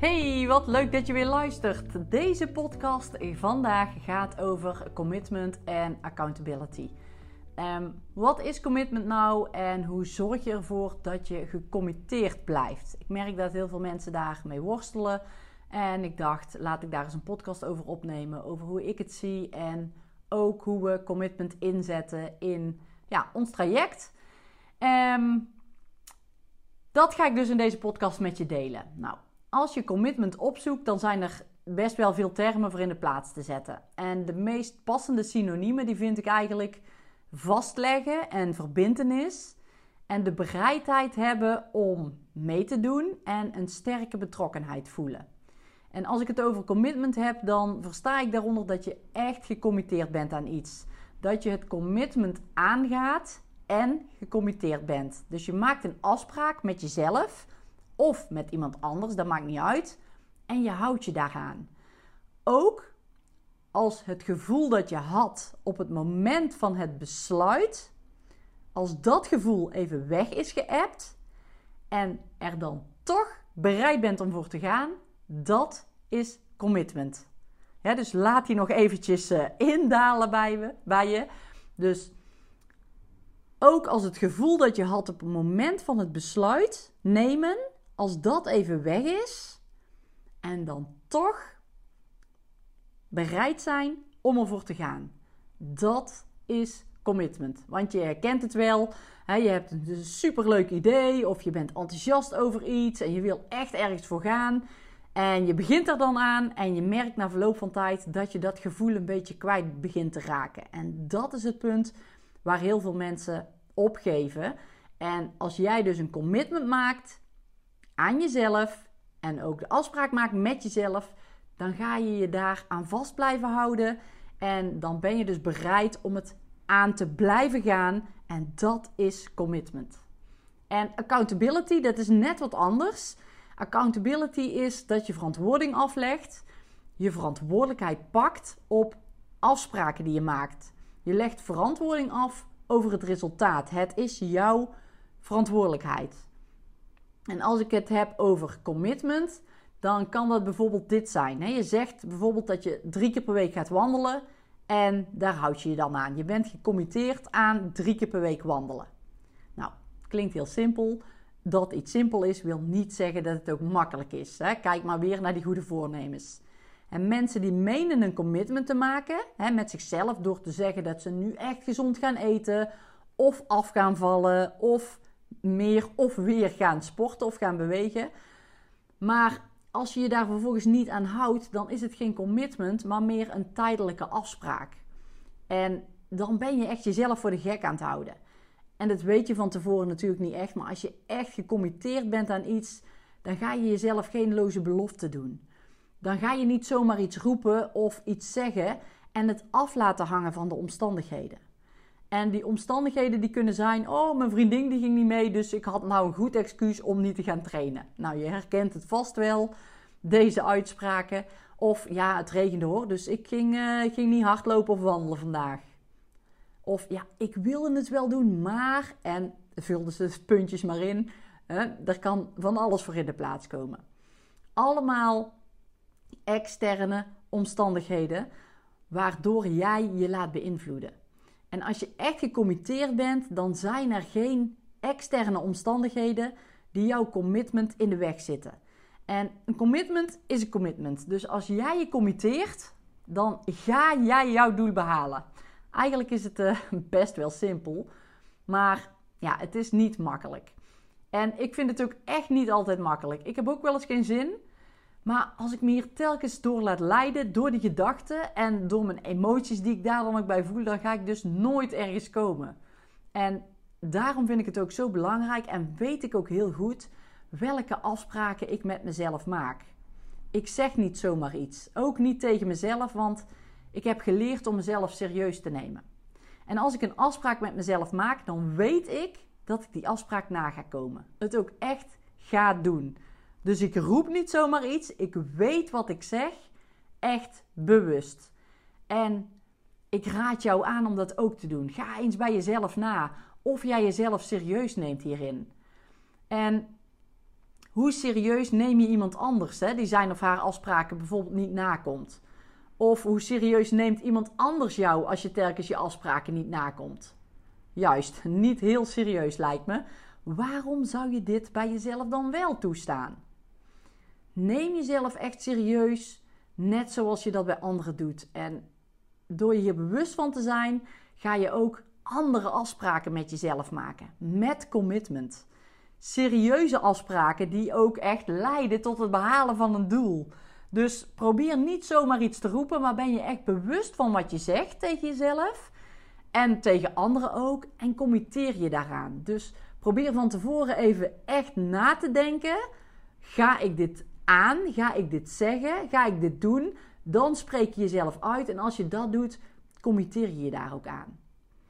Hey, wat leuk dat je weer luistert. Deze podcast vandaag gaat over commitment en accountability. Wat is commitment nou en hoe zorg je ervoor dat je gecommitteerd blijft? Ik merk dat heel veel mensen daarmee worstelen. En ik dacht, laat ik daar eens een podcast over opnemen. Over hoe ik het zie en ook hoe we commitment inzetten in ons traject. Dat ga ik dus in deze podcast met je delen. Nou, als je commitment opzoekt, dan zijn er best wel veel termen voor in de plaats te zetten. En de meest passende synoniemen, die vind ik eigenlijk vastleggen en verbintenis. En de bereidheid hebben om mee te doen en een sterke betrokkenheid voelen. En als ik het over commitment heb, dan versta ik daaronder dat je echt gecommitteerd bent aan iets. Dat je het commitment aangaat en gecommitteerd bent. Dus je maakt een afspraak met jezelf of met iemand anders, dat maakt niet uit. En je houdt je daaraan. Ook als het gevoel dat je had op het moment van het besluit, als dat gevoel even weg is geëpt en er dan toch bereid bent om voor te gaan, dat is commitment. Ja, dus laat die nog eventjes indalen bij je. Dus ook als het gevoel dat je had op het moment van het besluit nemen, als dat even weg is en dan toch bereid zijn om ervoor te gaan. Dat is commitment. Want je herkent het wel. Je hebt een superleuk idee of je bent enthousiast over iets en je wil echt ergens voor gaan. En je begint er dan aan en je merkt na verloop van tijd dat je dat gevoel een beetje kwijt begint te raken. En dat is het punt waar heel veel mensen opgeven. En als jij dus een commitment maakt aan jezelf en ook de afspraak maakt met jezelf, dan ga je je daar aan vast blijven houden. En dan ben je dus bereid om het aan te blijven gaan. En dat is commitment. En accountability, dat is net wat anders. Accountability is dat je verantwoording aflegt. Je verantwoordelijkheid pakt op afspraken die je maakt. Je legt verantwoording af over het resultaat. Het is jouw verantwoordelijkheid. En als ik het heb over commitment, dan kan dat bijvoorbeeld dit zijn. Je zegt bijvoorbeeld dat je 3 keer per week gaat wandelen en daar houd je je dan aan. Je bent gecommitteerd aan 3 keer per week wandelen. Nou, klinkt heel simpel. Dat iets simpel is, wil niet zeggen dat het ook makkelijk is. Kijk maar weer naar die goede voornemens. En mensen die menen een commitment te maken met zichzelf door te zeggen dat ze nu echt gezond gaan eten of af gaan vallen of meer of weer gaan sporten of gaan bewegen. Maar als je je daar vervolgens niet aan houdt, dan is het geen commitment, maar meer een tijdelijke afspraak. En dan ben je echt jezelf voor de gek aan het houden. En dat weet je van tevoren natuurlijk niet echt, maar als je echt gecommitteerd bent aan iets, dan ga je jezelf geen loze belofte doen. Dan ga je niet zomaar iets roepen of iets zeggen en het af laten hangen van de omstandigheden. En die omstandigheden die kunnen zijn, mijn vriendin die ging niet mee, dus ik had nou een goed excuus om niet te gaan trainen. Nou, je herkent het vast wel, deze uitspraken. Of ja, het regende hoor, dus ik ging niet hardlopen of wandelen vandaag. Of ja, ik wilde het wel doen, maar, en vulden ze de puntjes maar in, er kan van alles voor in de plaats komen. Allemaal externe omstandigheden waardoor jij je laat beïnvloeden. En als je echt gecommitteerd bent, dan zijn er geen externe omstandigheden die jouw commitment in de weg zitten. En een commitment is een commitment. Dus als jij je committeert, dan ga jij jouw doel behalen. Eigenlijk is het best wel simpel, maar ja, het is niet makkelijk. En ik vind het ook echt niet altijd makkelijk. Ik heb ook wel eens geen zin. Maar als ik me hier telkens door laat leiden, door die gedachten en door mijn emoties die ik daar dan ook bij voel, dan ga ik dus nooit ergens komen. En daarom vind ik het ook zo belangrijk en weet ik ook heel goed welke afspraken ik met mezelf maak. Ik zeg niet zomaar iets, ook niet tegen mezelf, want ik heb geleerd om mezelf serieus te nemen. En als ik een afspraak met mezelf maak, dan weet ik dat ik die afspraak na ga komen. Het ook echt ga doen. Dus ik roep niet zomaar iets. Ik weet wat ik zeg. Echt bewust. En ik raad jou aan om dat ook te doen. Ga eens bij jezelf na. Of jij jezelf serieus neemt hierin. En Hoe serieus neem je iemand anders, die zijn of haar afspraken bijvoorbeeld niet nakomt? Of hoe serieus neemt iemand anders jou als je telkens je afspraken niet nakomt? Juist, niet heel serieus lijkt me. Waarom zou je dit bij jezelf dan wel toestaan? Neem jezelf echt serieus, net zoals je dat bij anderen doet. En door je hier bewust van te zijn, ga je ook andere afspraken met jezelf maken. Met commitment. Serieuze afspraken die ook echt leiden tot het behalen van een doel. Dus probeer niet zomaar iets te roepen, maar ben je echt bewust van wat je zegt tegen jezelf. En tegen anderen ook. En committeer je daaraan. Dus probeer van tevoren even echt na te denken. Ga ik dit aan? Ga ik dit zeggen? Ga ik dit doen? Dan spreek je jezelf uit. En als je dat doet, committeer je je daar ook aan.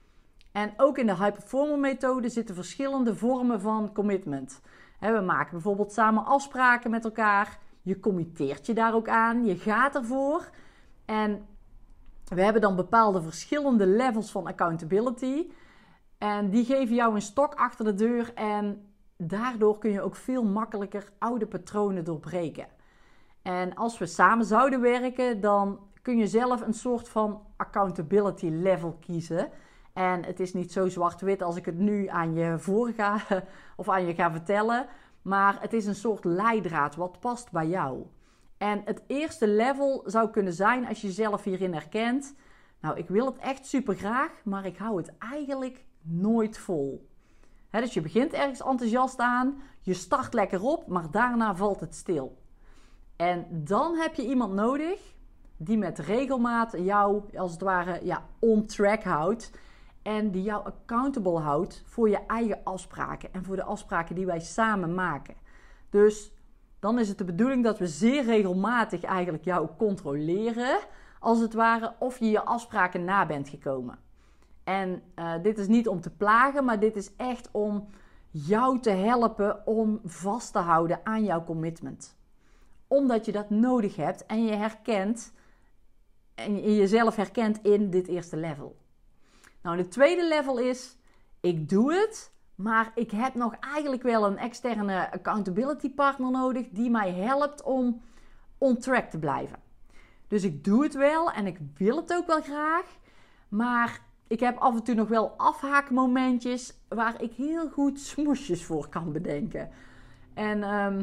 En ook in de High Performer methode zitten verschillende vormen van commitment. We maken bijvoorbeeld samen afspraken met elkaar. Je committeert je daar ook aan. Je gaat ervoor. En we hebben dan bepaalde verschillende levels van accountability. En die geven jou een stok achter de deur. En daardoor kun je ook veel makkelijker oude patronen doorbreken. En als we samen zouden werken, dan kun je zelf een soort van accountability level kiezen. En het is niet zo zwart-wit als ik het nu aan je voorga of aan je ga vertellen. Maar het is een soort leidraad wat past bij jou. En het eerste level zou kunnen zijn als je jezelf hierin herkent. Nou, ik wil het echt super graag, maar ik hou het eigenlijk nooit vol. Dus je begint ergens enthousiast aan, je start lekker op, maar daarna valt het stil. En dan heb je iemand nodig die met regelmaat jou, als het ware, on track houdt. En die jou accountable houdt voor je eigen afspraken en voor de afspraken die wij samen maken. Dus dan is het de bedoeling dat we zeer regelmatig eigenlijk jou controleren, als het ware, of je je afspraken na bent gekomen. En dit is niet om te plagen, maar dit is echt om jou te helpen om vast te houden aan jouw commitment. Omdat je dat nodig hebt en je herkent en je jezelf herkent in dit eerste level. Nou, de tweede level is, ik doe het, maar ik heb nog eigenlijk wel een externe accountability partner nodig die mij helpt om on track te blijven. Dus ik doe het wel en ik wil het ook wel graag, maar ik heb af en toe nog wel afhaakmomentjes waar ik heel goed smoesjes voor kan bedenken. En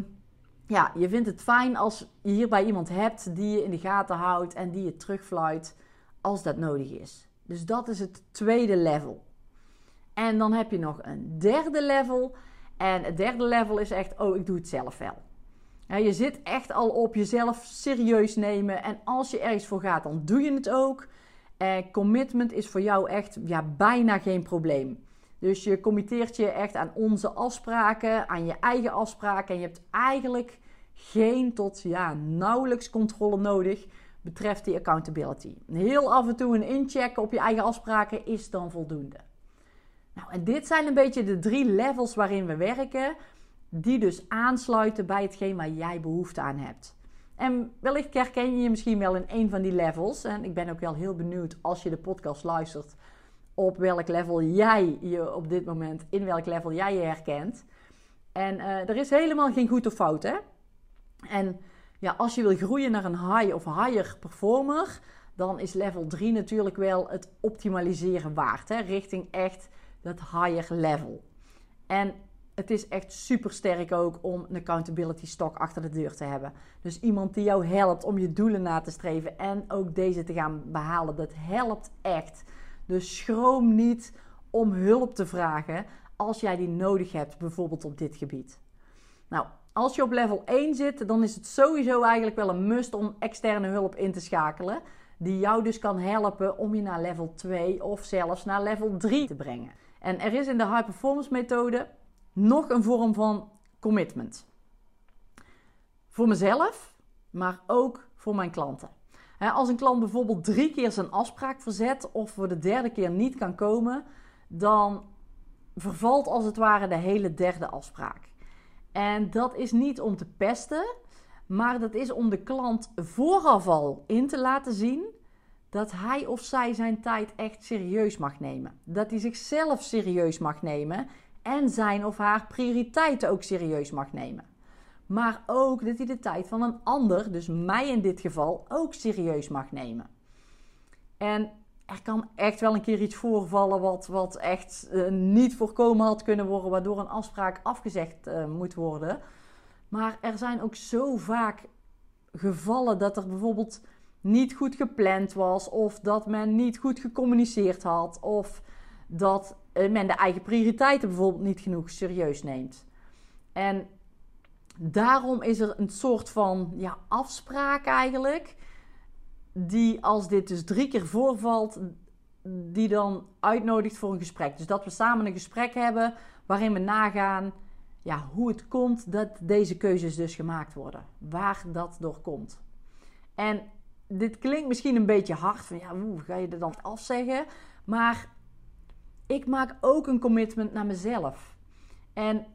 je vindt het fijn als je hierbij iemand hebt die je in de gaten houdt en die je terugfluit als dat nodig is. Dus dat is het tweede level. En dan heb je nog een derde level. En het derde level is echt, ik doe het zelf wel. Je zit echt al op jezelf serieus nemen. En als je ergens voor gaat, dan doe je het ook. Commitment is voor jou echt bijna geen probleem. Dus je committeert je echt aan onze afspraken, aan je eigen afspraken. En je hebt eigenlijk geen tot nauwelijks controle nodig betreft die accountability. Heel af en toe een inchecken op je eigen afspraken is dan voldoende. Nou, en dit zijn een beetje de 3 levels waarin we werken, die dus aansluiten bij hetgeen waar jij behoefte aan hebt. En wellicht herken je je misschien wel in een van die levels. En ik ben ook wel heel benieuwd als je de podcast luistert op welk level jij je op dit moment, in welk level jij je herkent. En er is helemaal geen goed of fout, hè? En als je wil groeien naar een high of higher performer, dan is level 3 natuurlijk wel het optimaliseren waard. Richting echt dat higher level. En het is echt super sterk ook om een accountability stok achter de deur te hebben. Dus iemand die jou helpt om je doelen na te streven en ook deze te gaan behalen. Dat helpt echt. Dus schroom niet om hulp te vragen als jij die nodig hebt, bijvoorbeeld op dit gebied. Nou, als je op level 1 zit, dan is het sowieso eigenlijk wel een must om externe hulp in te schakelen. Die jou dus kan helpen om je naar level 2 of zelfs naar level 3 te brengen. En er is in de High Performance methode nog een vorm van commitment. Voor mezelf, maar ook voor mijn klanten. Als een klant bijvoorbeeld 3 keer zijn afspraak verzet of voor de 3e keer niet kan komen, dan vervalt als het ware de hele 3e afspraak. En dat is niet om te pesten, maar dat is om de klant vooraf al in te laten zien dat hij of zij zijn tijd echt serieus mag nemen. Dat hij zichzelf serieus mag nemen en zijn of haar prioriteiten ook serieus mag nemen. Maar ook dat hij de tijd van een ander, dus mij in dit geval, ook serieus mag nemen. En er kan echt wel een keer iets voorvallen wat echt niet voorkomen had kunnen worden, waardoor een afspraak afgezegd moet worden. Maar er zijn ook zo vaak gevallen dat er bijvoorbeeld niet goed gepland was, of dat men niet goed gecommuniceerd had, of dat men de eigen prioriteiten bijvoorbeeld niet genoeg serieus neemt. En daarom is er een soort van afspraak eigenlijk, die als dit dus 3 keer voorvalt, die dan uitnodigt voor een gesprek. Dus dat we samen een gesprek hebben waarin we nagaan hoe het komt dat deze keuzes dus gemaakt worden. Waar dat door komt. En dit klinkt misschien een beetje hard, van hoe ga je er dan afzeggen? Maar ik maak ook een commitment naar mezelf. En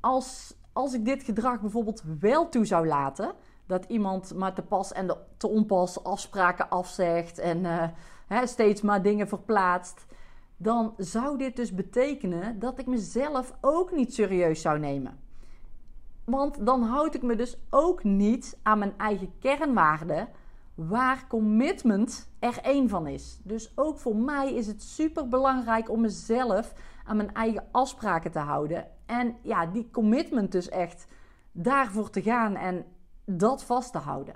als ik dit gedrag bijvoorbeeld wel toe zou laten, dat iemand maar te pas en te onpas afspraken afzegt en steeds maar dingen verplaatst, dan zou dit dus betekenen dat ik mezelf ook niet serieus zou nemen. Want dan houd ik me dus ook niet aan mijn eigen kernwaarden, waar commitment er één van is. Dus ook voor mij is het super belangrijk om mezelf aan mijn eigen afspraken te houden. En die commitment dus echt daarvoor te gaan en dat vast te houden.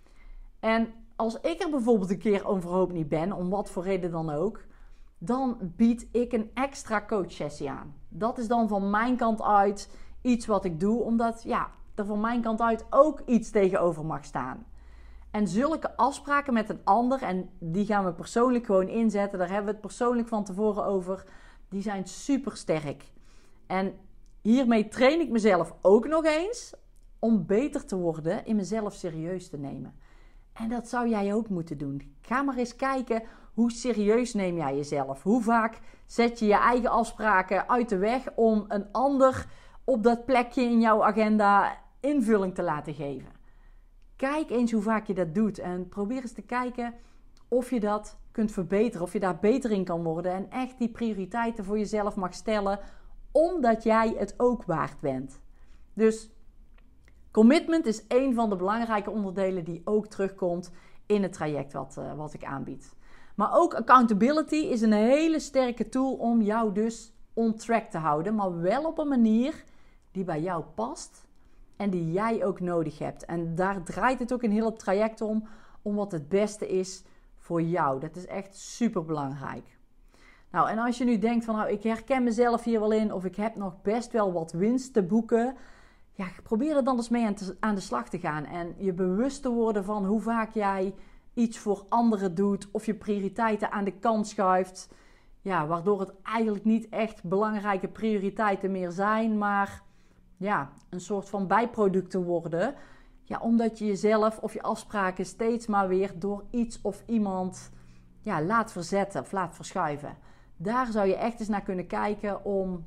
En als ik er bijvoorbeeld een keer overhoop niet ben, om wat voor reden dan ook, dan bied ik een extra coachsessie aan. Dat is dan van mijn kant uit iets wat ik doe, omdat er van mijn kant uit ook iets tegenover mag staan. En zulke afspraken met een ander, en die gaan we persoonlijk gewoon inzetten, daar hebben we het persoonlijk van tevoren over, die zijn super sterk. En hiermee train ik mezelf ook nog eens om beter te worden in mezelf serieus te nemen. En dat zou jij ook moeten doen. Ga maar eens kijken, hoe serieus neem jij jezelf? Hoe vaak zet je je eigen afspraken uit de weg om een ander op dat plekje in jouw agenda invulling te laten geven? Kijk eens hoe vaak je dat doet en probeer eens te kijken of je dat kunt verbeteren, of je daar beter in kan worden en echt die prioriteiten voor jezelf mag stellen, omdat jij het ook waard bent. Dus commitment is een van de belangrijke onderdelen die ook terugkomt in het traject wat ik aanbied. Maar ook accountability is een hele sterke tool om jou dus on track te houden, maar wel op een manier die bij jou past en die jij ook nodig hebt. En daar draait het ook in heel het traject om wat het beste is voor jou. Dat is echt super belangrijk. Nou, en als je nu denkt van ik herken mezelf hier wel in, of ik heb nog best wel wat winst te boeken, probeer er dan eens mee aan de slag te gaan en je bewust te worden van hoe vaak jij iets voor anderen doet of je prioriteiten aan de kant schuift, waardoor het eigenlijk niet echt belangrijke prioriteiten meer zijn, maar een soort van bijproducten worden. Omdat je jezelf of je afspraken steeds maar weer door iets of iemand laat verzetten of laat verschuiven. Daar zou je echt eens naar kunnen kijken om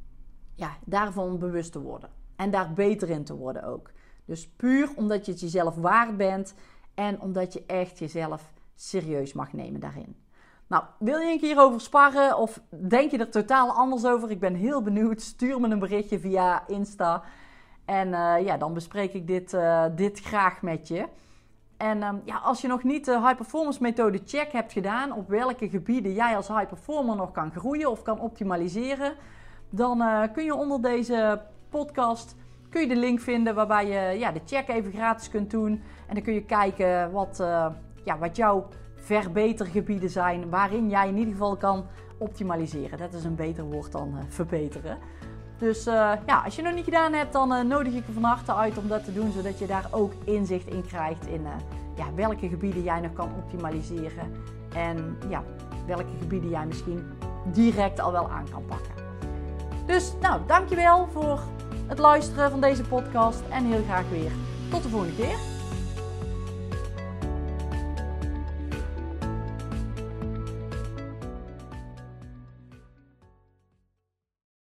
daarvan bewust te worden. En daar beter in te worden ook. Dus puur omdat je het jezelf waard bent en omdat je echt jezelf serieus mag nemen daarin. Nou, wil je een keer over sparren of denk je er totaal anders over? Ik ben heel benieuwd. Stuur me een berichtje via Insta. En dan bespreek ik dit graag met je. En als je nog niet de High Performance Methode check hebt gedaan, op welke gebieden jij als high performer nog kan groeien of kan optimaliseren, dan kun je onder deze podcast de link vinden waarbij je de check even gratis kunt doen. En dan kun je kijken wat jouw verbetergebieden zijn, waarin jij in ieder geval kan optimaliseren. Dat is een beter woord dan verbeteren. Dus als je het nog niet gedaan hebt, dan nodig ik je van harte uit om dat te doen, zodat je daar ook inzicht in krijgt in welke gebieden jij nog kan optimaliseren. En welke gebieden jij misschien direct al wel aan kan pakken. Dus dankjewel voor het luisteren van deze podcast en heel graag weer tot de volgende keer.